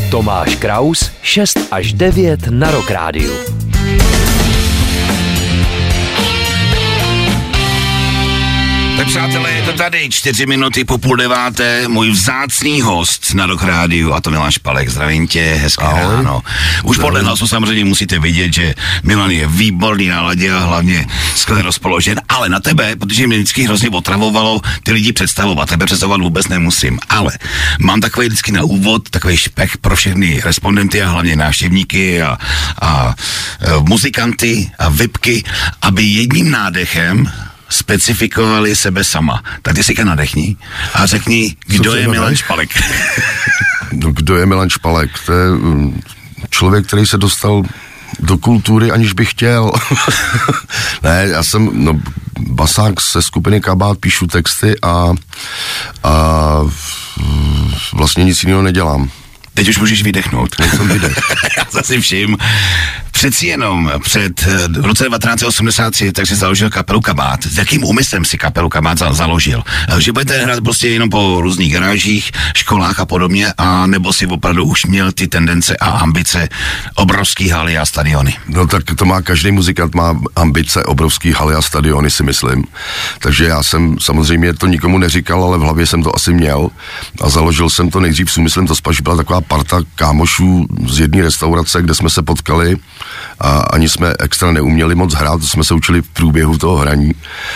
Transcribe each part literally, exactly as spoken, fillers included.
Tomáš Kraus, šest až devět na Rock Rádiu. Tak přátelé, je to tady, čtyři minuty po půl deváté, můj vzácný host na Rock Rádiu, a to Milan Špalek. Zdravím tě, hezké Ahoj. ráno. Už podle hlasu samozřejmě musíte vidět, že Milan je výborný náladě a hlavně skvěle rozpoložen, ale na tebe, protože mě vždycky hrozně otravovalo ty lidi představovat, tebe představovat vůbec nemusím, ale mám takový vždycky na úvod, takový špech pro všechny respondenty a hlavně návštěvníky a, a, a muzikanty a vipky, aby jedním nádechem specifikovali sebe sama. Tak ty si ka nadechni a řekni, kdo je Milan Špalek. No, kdo je Milan Špalek? To je člověk, který se dostal do kultury, aniž bych chtěl. Ne, já jsem no, basák ze skupiny Kabát, píšu texty a, a vlastně nic jiného nedělám. Teď už můžeš vydechnout. Já jsem si všim. Přeci jenom před v roce devatenáct osmdesát tři tak si založil kapelu Kabát. S jakým úmyslem si kapelu Kabát založil? Že budete hrát prostě jenom po různých garážích, školách a podobně, a nebo si opravdu už měl ty tendence a ambice obrovský haly a stadiony? No tak to má, každý muzikant má ambice obrovský haly a stadiony, si myslím. Takže já jsem samozřejmě to nikomu neříkal, ale v hlavě jsem to asi měl a založil jsem to nejdřív s úmyslem, to spíš byla taková parta kámošů z jedné restaurace, kde jsme se potkali a ani jsme extra neuměli moc hrát, to jsme se učili v průběhu toho hraní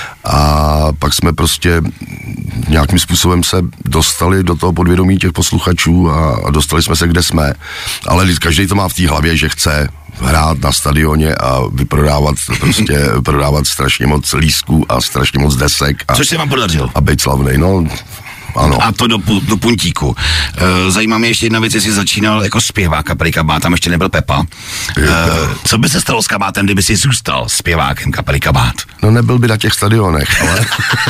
a pak jsme prostě nějakým způsobem se dostali do toho podvědomí těch posluchačů a, a dostali jsme se, kde jsme, ale každý to má v té hlavě, že chce hrát na stadioně a vyprodávat prostě, prodávat strašně moc lístků a strašně moc desek. A, což se vám podařilo? A být slavnej, no. Ano. A to do, do puntíku. E, zajímá mě ještě jedna věc, jestli začínal jako zpěvák kapely Kabát, tam ještě nebyl Pepa. E, co by se stalo s Kabátem, kdyby si zůstal zpěvákem kapely Kabát? No nebyl by na těch stadionech, ale...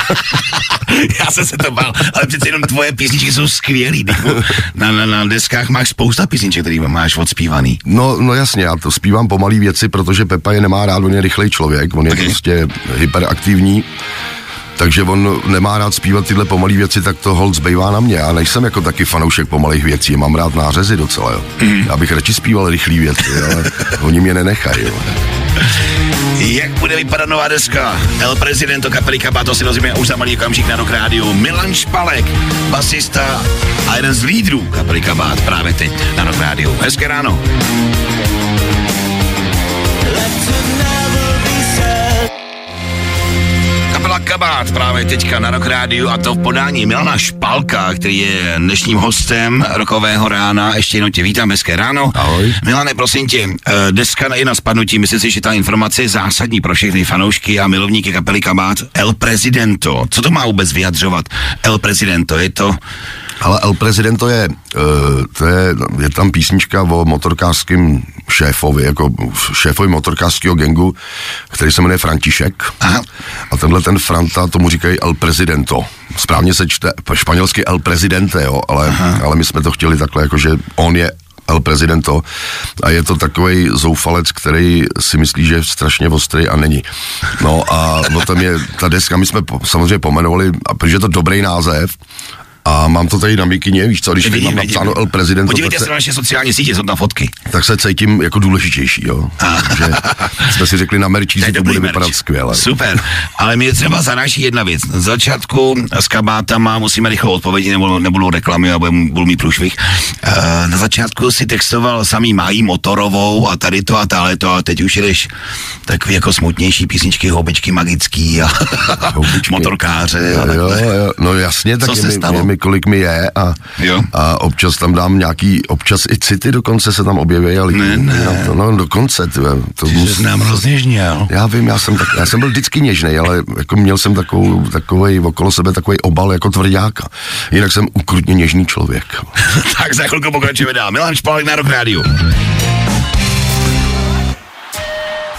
Já jsem se to bál, ale přece jenom tvoje písničky jsou skvělý. Na, na, na deskách máš spousta písniček, který máš odspívaný. No, no jasně, já to zpívám pomalý věci, protože Pepa je nemá rád, on je rychlej člověk, on je okay. Prostě hyperaktivní. Takže on nemá rád zpívat tyhle pomalý věci, tak to hold zbývá na mě. Já nejsem jako taky fanoušek pomalých věcí, mám rád nářezy docela, jo. Mm. Já bych radši zpíval rychlý věci, ale oni mě nenechají, jo. Jak bude vypadat nová deska El Presidento kapely Kabát, to si dozvíme už za malý okamžik na Rock Rádiu. Milan Špalek, basista a jeden z lídrů kapely Kabát právě teď na Rock Rádiu. Hezké ráno. Kapela Kabát právě teďka na Rock Rádiu, a to v podání Milana Špalka, který je dnešním hostem Rockového rána. Ještě jednou tě vítám, hezké ráno. Ahoj. Milane, prosím tě, deska je na spadnutí, myslím si, že ta informace je zásadní pro všechny fanoušky a milovníky kapely Kabát. El Presidento, co to má vůbec vyjadřovat? El Presidento, je to... Ale El Presidento je, uh, to je, je tam písnička o motorkářském šéfovi, jako šéfovi motorkářského gangu, který se jmenuje František. Aha. A tenhle ten Franta, tomu říkají El Presidento. Správně se čte španělsky El Presidente, jo, ale, ale my jsme to chtěli takhle, jakože on je El Presidento a je to takovej zoufalec, který si myslí, že je strašně ostrý a není. No a o tom je ta deska, my jsme po, samozřejmě pomenovali, a protože je to dobrý název, a mám to tady na mikině, víš co, když vidím, mám napsáno El Presidento. Podívejte se na naše sociální sítě, jsou tam fotky. Tak se cítím jako důležitější, jo. že jsme si řekli na merčí, že to bude merč. Vypadat skvěle. Super, ale mě třeba zaráží jedna věc. Na začátku s Kabátama musíme rychle odpovědět, nebudou, nebudou reklamy a budu mít průšvih. Uh, na začátku si textoval samý Mají Motorovou a tady to a tále to, a teď už jdeš takový jako smutnější písničky, houbičky magický a houbičky. Motorkáře. A jo, jo, no jasně, tak je mi, je mi, kolik mi je a, a občas tam dám nějaký, občas i city dokonce se tam objeví, ale ne, ne. To, no dokonce, tyhle. To Ty mus... se znám rozněžněl. Já vím, já jsem, tak, já jsem byl vždycky něžnej, ale jako měl jsem takovou, takovej okolo sebe takový obal jako tvrďáka. Jinak jsem ukrutně něžný člověk. Tak za chvilku pokračujeme dál. Milan Špalek na Rock Rádiu.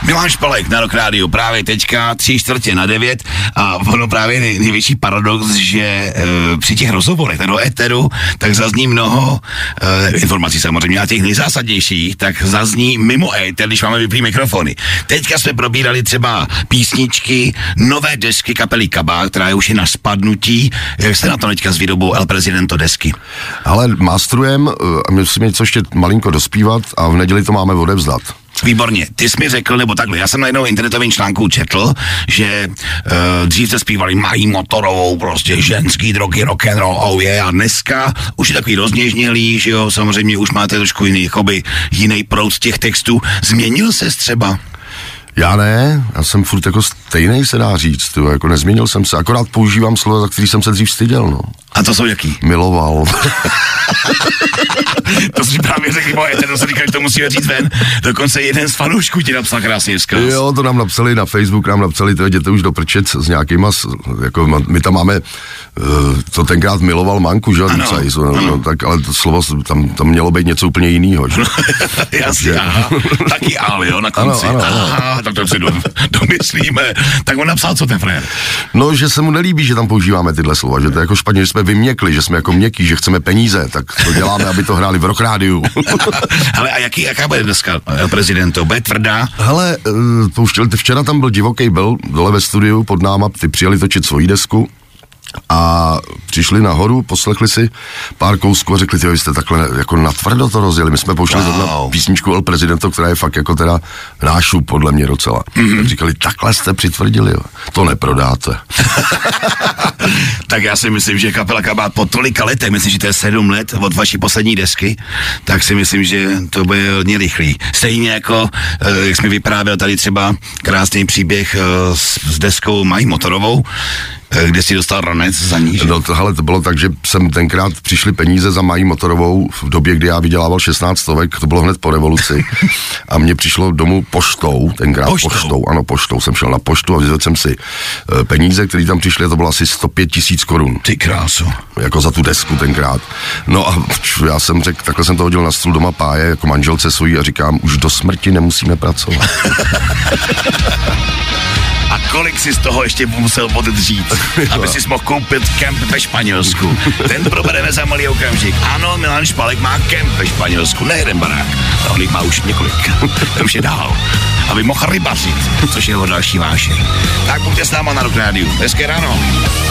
Milan Špalek na Rock Rádiu právě teďka tři čtvrtě na devět a ono právě nej, největší paradox, že e, při těch rozhovorech do éteru tak zazní mnoho e, informací samozřejmě a těch nejzásadnějších tak zazní mimo éter, když máme vyplý mikrofony. Teďka jsme probírali třeba písničky nové desky kapely Kabát, která je už je na spadnutí. Jak jste na to teďka s výrobou El Presidento desky? Ale mástrujem a my musíme něco ještě malinko dospívat a v neděli to máme odevzdat. Výborně. Ty jsi mi řekl, nebo takhle, já jsem na jednou internetovém článku četl, že uh, dřív se zpívali Mají Motorovou, prostě ženský drogy, rock'n'roll, oh yeah, a dneska už je takový rozněžnělý, že jo, samozřejmě už máte trošku jiný, jakoby jiný proud těch textů. Změnil ses třeba? Já ne, já jsem furt jako stejnej, se dá říct, tyjo, jako nezměnil jsem se, akorát používám slova, za který jsem se dřív styděl, no. A to jsou jaký? Miloval. To si právě řekli, moje, to se říká, že to musíme říct ven. Dokonce jeden z fanoušků ti napsal krásně vzkaz. Jo, to nám napsali na Facebook, nám napsali, to jděte už do prčec s nějakýma, jako my tam máme, to tenkrát miloval Manku, že? Ano, no, no, tak, ale to slovo, tam, tam mělo být něco úplně jinýho, že? Jasně, aha. Taky ale, jo, na konci. Ano, ano, ano. Aha, tak to si do, domyslíme. Tak on napsal, co ten frér? No, že se mu nelíbí, že tam používáme tyhle slova, že to je jako špatně, že jsme vyměkli, že jsme jako měkký, že chceme peníze, tak to děláme, aby to hráli v Rock Rádiu. Hele, a jaký, jaká bude dneska El Presidento? Bude tvrdá? Hele, pouštěli, včera tam byl divoký byl dole ve studiu pod náma, ty přijeli točit svoji desku a přišli nahoru, poslechli si pár kousků a řekli, ty vy jste takhle jako natvrdo to rozjeli. My jsme pouštěli wow. zrovna písničku El Presidento, která je fakt jako teda nášup podle mě docela. Mm-hmm. Tak říkali, takhle jste přitvrdili, jo. To neprodáte. Tak já si myslím, že kapela Kabát po tolika letech, myslím, že to je sedm let od vaší poslední desky, tak si myslím, že to bude hodně rychlý. Stejně jako, jak jsme vyprávěl tady třeba krásný příběh s, s deskou Mají Motorovou, kde si dostal ranec za ní, že? No tohle to bylo tak, že jsem tenkrát přišli peníze za Mají Motorovou v době, kdy já vydělával šestnáct stovek, to bylo hned po revoluci a mně přišlo domů poštou, tenkrát poštou, poštou ano poštou, jsem šel na poštu a vyzvedl jsem si e, peníze, které tam přišly a to bylo asi sto pět tisíc korun. Ty krásu. Jako za tu desku tenkrát. No a já jsem řekl, takhle jsem to hodil na stůl doma páje, jako manželce svojí a říkám, už do smrti nemusíme pracovat. A kolik si z toho ještě musel odedřít, aby si mohl koupit kemp ve Španělsku. Ten probereme za malý okamžik. Ano, Milan Špalek má kemp ve Španělsku, ne jeden barák, ale on jich má už několik. Ten už je dál. Aby mohl rybařit, což je jeho další vášeň. Tak buďte s náma na Rock Rádiu. Hezké ráno.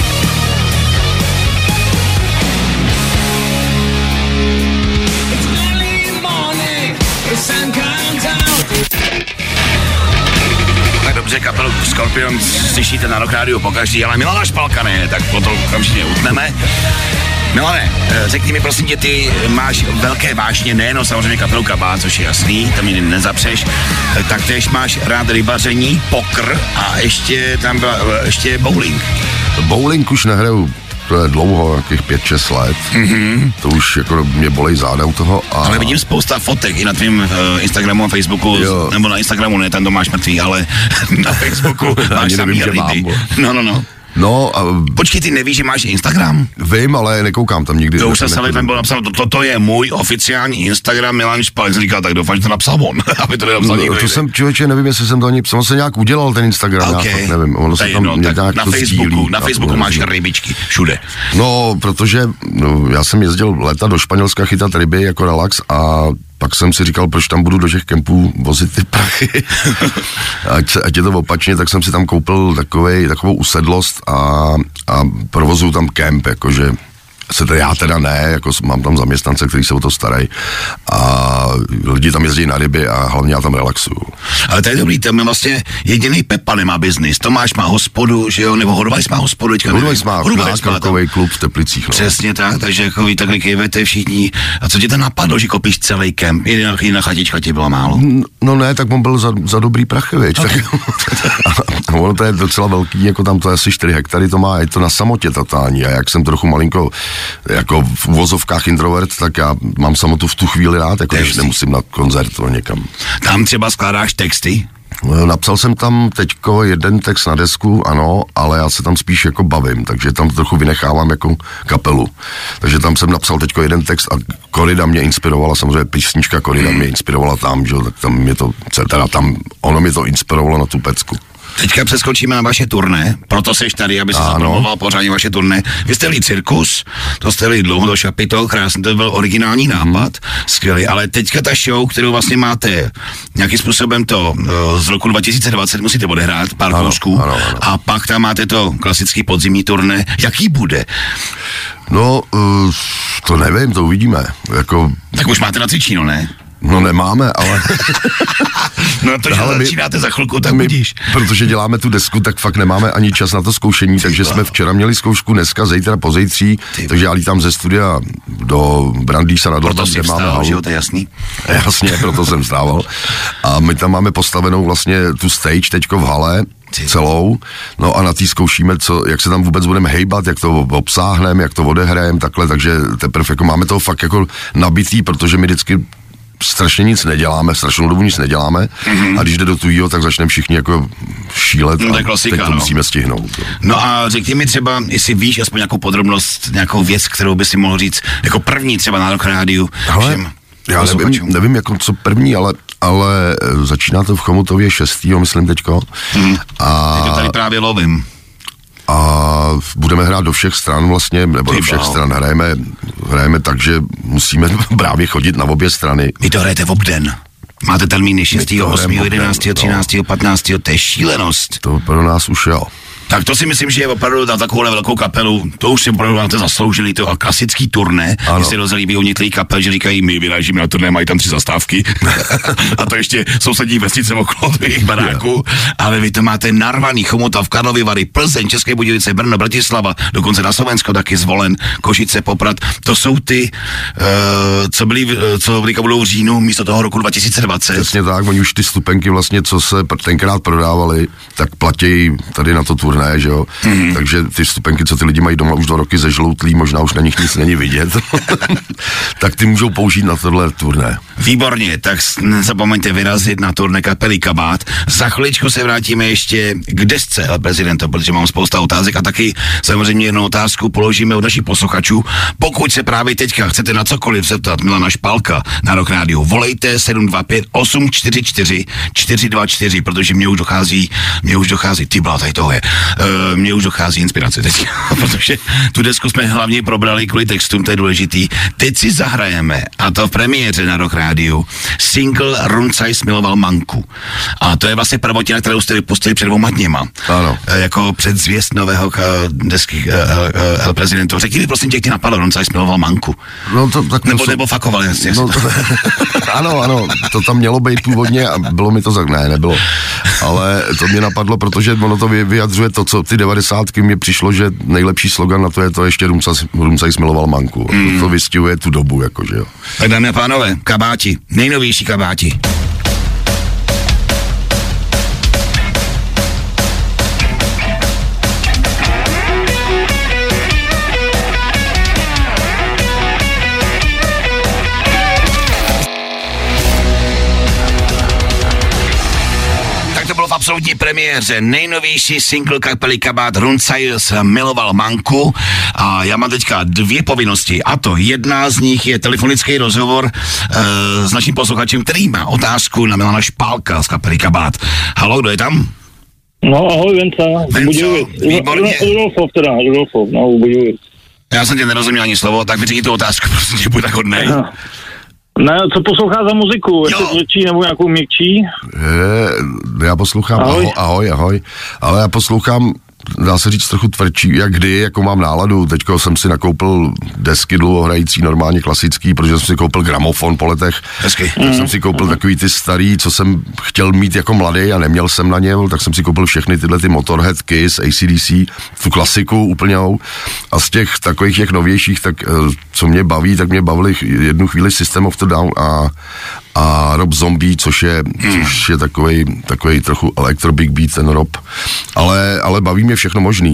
Dobře, kapelu Scorpions slyšíte na Rock Rádiu pokaždý, ale Milana Špalka ne, tak to okamžitě utneme. Milane, řekni mi prosím tě, ty máš velké vášně, nejenom samozřejmě kapelu Kabát, což je jasný, tam ji nezapřeš, tak tež máš rád rybaření, pokr a ještě tam byla, ještě bowling. Bowling už nehraju. To je dlouho, nějakých pět šest let. Mm-hmm. To už jako mě bolej záda u toho. A... Ale vidím spousta fotek i na tvým uh, Instagramu a Facebooku, jo. Nebo na Instagramu ne, tam to máš mrtvý, ale na Facebooku máš samý ryby. No, no, no. No a... Počkej, ty nevíš, že máš Instagram? Vím, ale nekoukám tam nikdy. To už se sami tam bylo napsáno, to, toto je můj oficiální Instagram, Milan Špalek, jsem říkal, tak doufám, že to napsal on, aby to nenapsal no, nikdo. To jsem, člověče, nevím, jestli jsem to ani, jsem se nějak udělal ten Instagram, okay. Já fakt nevím, ono se tam no, nějak na to Facebooku, sdílí, na Facebooku to, máš rybičky, všude. No, protože no, já jsem jezdil léta do Španělska chytat ryby jako relax a pak jsem si říkal, proč tam budu do těch kempů vozit ty prachy. ať, se, ať je to opačně, tak jsem si tam koupil takovej, takovou usedlost a, a provozuju tam kemp, jakože se to já teda ne, jako mám tam zaměstnance, kteří se o to starají a lidi tam jezdí na ryby a hlavně já tam relaxuju. Ale to je dobrý, tam je vlastně jediný Pepa nemá biznis, Tomáš má hospodu, že jo, nebo Hodovajs má hospodu. Hodovajs má nákrokovej klub v Teplicích. No. Přesně tak, takže jako vy takhle kejvete všichni. A co ti to napadlo, že kopíš celý kemp? Jiná, jiná chatička ti byla málo? No ne, tak on byl za, za dobrý prachy, věď. Okay. a ono to je docela velký, jako tam to je asi čtyři hektary, to má, je to na samotě totální a jak jsem trochu malinko jako v uvozovkách introvert, tak já mám samotu v tu chvíli rád, jako když nemusím na koncert někam. Tam třeba skládáš texty? Napsal jsem tam teďko jeden text na desku, ano, ale já se tam spíš jako bavím, takže tam trochu vynechávám jako kapelu. Takže tam jsem napsal teďko jeden text a Korida mě inspirovala, samozřejmě písnička Korida mě inspirovala tam, že tak tam mě to, teda tam, ono mě to inspirovalo na tu pecku. Teďka přeskočíme na vaše turné, proto seš tady, aby se zapromoval pořádně vaše turné. Vy jste jeli Cirkus, to jste jeli dlouho do Šapitol, krásný, to byl originální nápad, mm. skvělý, ale teďka ta show, kterou vlastně máte, nějakým způsobem to z roku dva tisíce dvacet musíte odehrát, pár kousků, a pak tam máte to klasický podzimní turné, jaký bude? No, uh, to nevím, to uvidíme, jako... Tak už máte nacvičeno, ne? No nemáme, ale... no to, že ale začínáte my, za chvilku, tak budíš. Protože děláme tu desku, tak fakt nemáme ani čas na to zkoušení, takže jsme včera měli zkoušku, dneska, zítra, pozítří, takže já lítám ze studia do Brandýsa na Proto jsi vstával, že jo, to je jasný? Jasně, proto jsem vstával. A my tam máme postavenou vlastně tu stage teďko v hale, celou, no a na tý zkoušíme, co, jak se tam vůbec budeme hejbat, jak to obsáhneme, jak to odehrajeme, takhle, takže teprve jako máme to fakt jako nabitý, protože my vždycky strašně nic neděláme, strašnou dobu nic neděláme mm-hmm. a když jde do tujího, tak začneme všichni jako šílet no, a klasika, teď to no. musíme stihnout. No a řekni mi třeba, jestli víš aspoň nějakou podrobnost, nějakou věc, kterou by si mohl říct jako první třeba na Rock Rádiu. Ale já nevím, nevím jako co první, ale, ale začíná to v Chomutově šestýho myslím teďko. Mm. A teď to tady právě lovím. A budeme hrát do všech stran vlastně, nebo Ty do všech bál. stran hrajeme, hrajeme tak, že musíme právě chodit na obě strany. Vy to hrajete v obden. Máte termíny šestého, osmého, jedenáctého, třináctého, patnáctého, to je šílenost. To pro nás už jo. Tak to si myslím, že je opravdu na takovouhle velkou kapelu, to už si opravdu máte zasloužili, to a klasický turné, když se rozlíbí u některých kapel, že říkají, my vyrážíme na turné, mají tam tři zastávky a to ještě sousední vesnice okolo jejich baráků, ale vy to máte narvaný, Chomutov, Karlovy Vary, Plzeň, České Budějovice, Brno, Bratislava, dokonce na Slovensko taky Zvolen, Košice, Poprad, to jsou ty, uh, co byli, co byli budou v říjnu místo toho roku dva tisíce dvacet. Přesně tak, oni už ty stupenky vlastně, co se tenkrát prodávali, tak platí tady na to turné. Ne, že jo? Mm. Takže ty stupenky, co ty lidi mají doma už dva roky zežloutlý, možná už na nich nic není vidět, tak ty můžou použít na tohle turné. Výborně, tak nezapomeňte vyrazit na turné kapely Kabát. Za chviličku se vrátíme ještě k desce El Presidento, protože mám spousta otázek a taky samozřejmě jednu otázku položíme od našich posluchačů. Pokud se právě teďka chcete na cokoliv zeptat Milana Špalka na Rock Rádiu, volejte sedm dva pět osm čtyři čtyři čtyři dva čtyři, protože mě už dochází, mě už dochází, ty blá, tady toho je. Uh, mně už dochází inspirace teď, protože tu desku jsme hlavně probrali kvůli textům, to je důležitý. Teď si zahrajeme, a to v premiéře na Rock Rádiu, single Runcaj smiloval Manku. A to je vlastně prvotina, kterou jste vypustili před dvěma dněma. Ano. Uh, jako předzvěst nového uh, desky uh, uh, El Presidento. Řekni mi prosím tě, jak ti napadlo Runcaj smiloval Manku. No to, tak nebo, to nebo fakoval, jasně. No to, ano, ano, to tam mělo být původně a bylo mi to tak, ne, nebylo. Ale to mě napadlo, protože ono to vyjadřuje to, co ty devadesátky mi přišlo, že nejlepší slogan na to je to ještě Rumcaj smiloval Manku. Mm. To, to vystihuje tu dobu, jakože jo. Tak dámy a pánové, Kabáti, nejnovější Kabáti. V absolutní premiéře nejnovější single kapely Kabát Runcaj smiloval Manku a já mám teďka dvě povinnosti a to jedna z nich je telefonický rozhovor e, s naším posluchačem, který má otázku na Milana Špálka z kapely Kabát. Haló, kdo je tam? No ahoj Venca, Venco, výborně. Rudolfov teda, Rudolfov, no Budějovic. Já jsem tě nerozuměl ani slovo, tak mi řekni tu otázku, prostě buď tak hodnej. Ne, co poslouchá za muziku? Je to tvrdší nebo nějakou měkčí? Je, já poslouchám, ahoj. ahoj, ahoj, ahoj, ale já poslouchám, dá se říct trochu tvrdší, jak kdy, jako mám náladu. Teďko jsem si nakoupil desky dlouhohrající, normálně klasický, protože jsem si koupil gramofon po letech. Hezky. Tak mm. jsem si koupil mm. takový ty starý, co jsem chtěl mít jako mladý a neměl jsem na něm, tak jsem si koupil všechny tyhle ty Motorhead, Kiss, A C D C, tu klasiku úplňou. A z těch takových těch novějších, tak co mě baví, tak mě bavili jednu chvíli System of the Down a a Rob Zombie, což je, mm. což je takovej, takovej trochu electro big beat, ten Rob. Ale, ale baví mě všechno možný.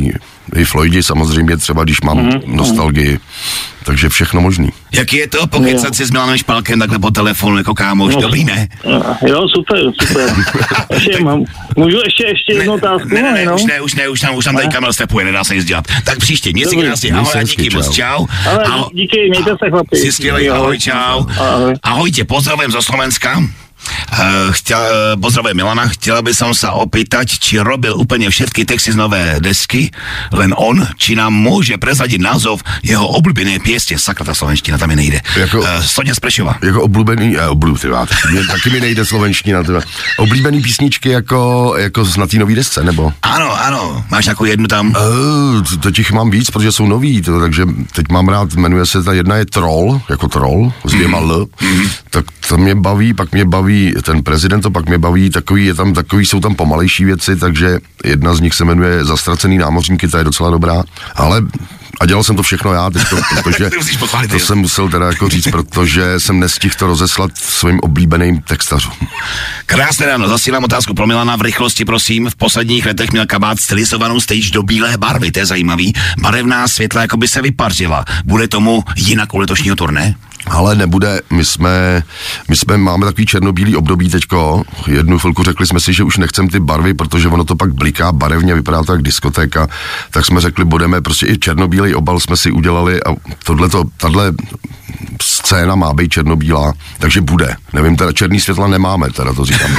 I Floydi samozřejmě třeba, když mám mm-hmm. nostalgii. Takže všechno možný. Jak je to pokecat si s Milanem Špalkem takhle po telefonu jako kámoš, no, dobrý, ne? Jo, super, super. Ještě mám, můžu ještě, ještě jednou otázku? Ne, ne, ne, no? už ne, už ne, už tam, už tam tady Kamil stepuje, nedá se nic dělat. Tak příště, měj si krásně, ahoj a díky moc, čau. Ale díky, mějte se chlapi. Jsi skvělej, ahoj, čau. Ahoj. Ahoj tě, pozdravujem zo Slovenska. Uh, chtěl, uh, pozdravujem Milana, chtěla by som sa opýtať, či robil úplne všetky texty z nové desky, len on, či nám môže prezadiť názov jeho obľúbenej piesne. Sakra, tá slovenština, tam mi nejde. Jako, uh, Soňa z Prešova. Jako oblíbený, eh, oblíbený, taky mi nejde slovenština, teda. Oblíbený písničky jako, jako z na té nový desce, nebo? Ano, ano, máš nějakou jednu tam? Uh, teď jich mám víc, protože jsou nový, to, takže teď mám rád, jmenuje se, ta jedna je Troll, jako Troll, s dvěma mm. L, mm. tak to mě baví, pak mě baví ten prezident, to pak mě baví, takový, je tam, takový jsou tam pomalejší věci, takže jedna z nich se jmenuje Zastracený námořníky, ta je docela dobrá, ale a dělal jsem to všechno já, teď to, protože to jsem musel teda jako říct, protože jsem nestihl to rozeslat svým oblíbeným textařům. Krásné ráno, zasílám otázku pro Milana v rychlosti, prosím. V posledních letech měl kabát stylizovanou stage do bílé barvy, to je zajímavý. Barevná světla jako by se vypařila. Bude tomu jinak u letošního turné? Ale nebude, my jsme, my jsme, máme takový černobílý období teďko, jednu chvilku řekli jsme si, že už nechcem ty barvy, protože ono to pak bliká barevně, vypadá to jak diskotéka, tak jsme řekli, budeme, prostě i černobílý obal jsme si udělali a tohleto, tahle scéna má být černobílá, takže bude. Nevím, teda černý světla nemáme, teda to říkám.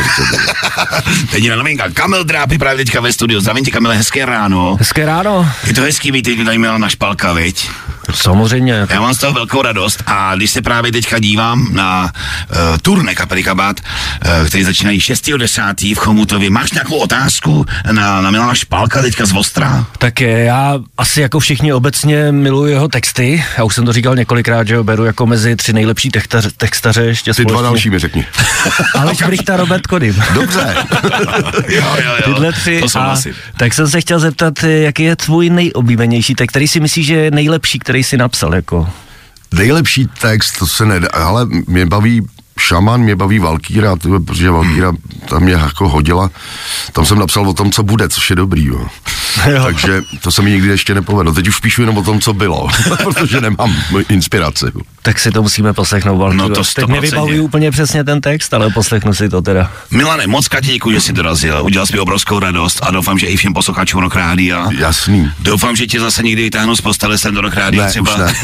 Teď na novinka, Kamil Drápy právě teďka ve studiu, zdravím tě, Kamile, hezké ráno. Hezké ráno. Je to hezký, víte, tady Milana Špalka, viď? Samozřejmě. Já mám z toho velkou radost a když se právě teďka dívám na uh, turné kapely Kabát, uh, který začínají šestého desátého v Chomutově, máš nějakou otázku na, na Milana Špalka teďka z Ostra? Tak já asi jako všichni obecně miluji jeho texty, já už jsem to říkal několikrát, že ho beru jako mezi tři nejlepší textaře, textaře ještě Ty společně. dva další mi řekni. Aleš Brichta, Robert Kodym. Dobře. jo, jo, jo. Tyhle tři. To A, tak jsem se chtěl zeptat, jaký je tvůj nejoblíbenější text, který si myslíš, že je nejlepší, který jsi napsal, jako? Nejlepší text, to se nedá, ale mě baví Šaman, mě baví Valkýra, tyhle, protože Valkýra tam mě jako hodila, tam jsem napsal o tom, co bude, což je dobrý, jo. Jo. Takže to se mi nikdy ještě nepovedlo. Teď už píšu jenom o tom, co bylo, protože nemám inspiraci. Tak si to musíme poslechnout, Valkýru. No to teď nevybavuji úplně přesně ten text, ale poslechnu si to teda. Milane, moc krát děkuji, že jsi dorazil, udělal jsi mi obrovskou radost a doufám, že i všem posluchačům Rock Rádia. Jasný. Doufám, že tě zase někdy vytáhnu z postele sem do Rock Rádia ne, třeba. Ne.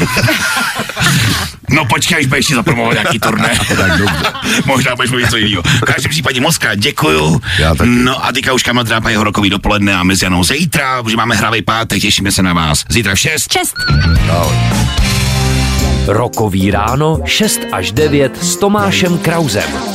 No počkej, až budeš si zapromovat nějaký turné. Tak dobře. Možná budeš mluvit co jiného. V každém případě moc krát děkuju. Já taky. No a teďka už Kamil Drápa jeho rokový dopoledne a my s Janou zítra, že máme hravý pátek, těšíme se na vás. Zítra v šest. Čest. Rokový ráno šest až devět s Tomášem Krausem.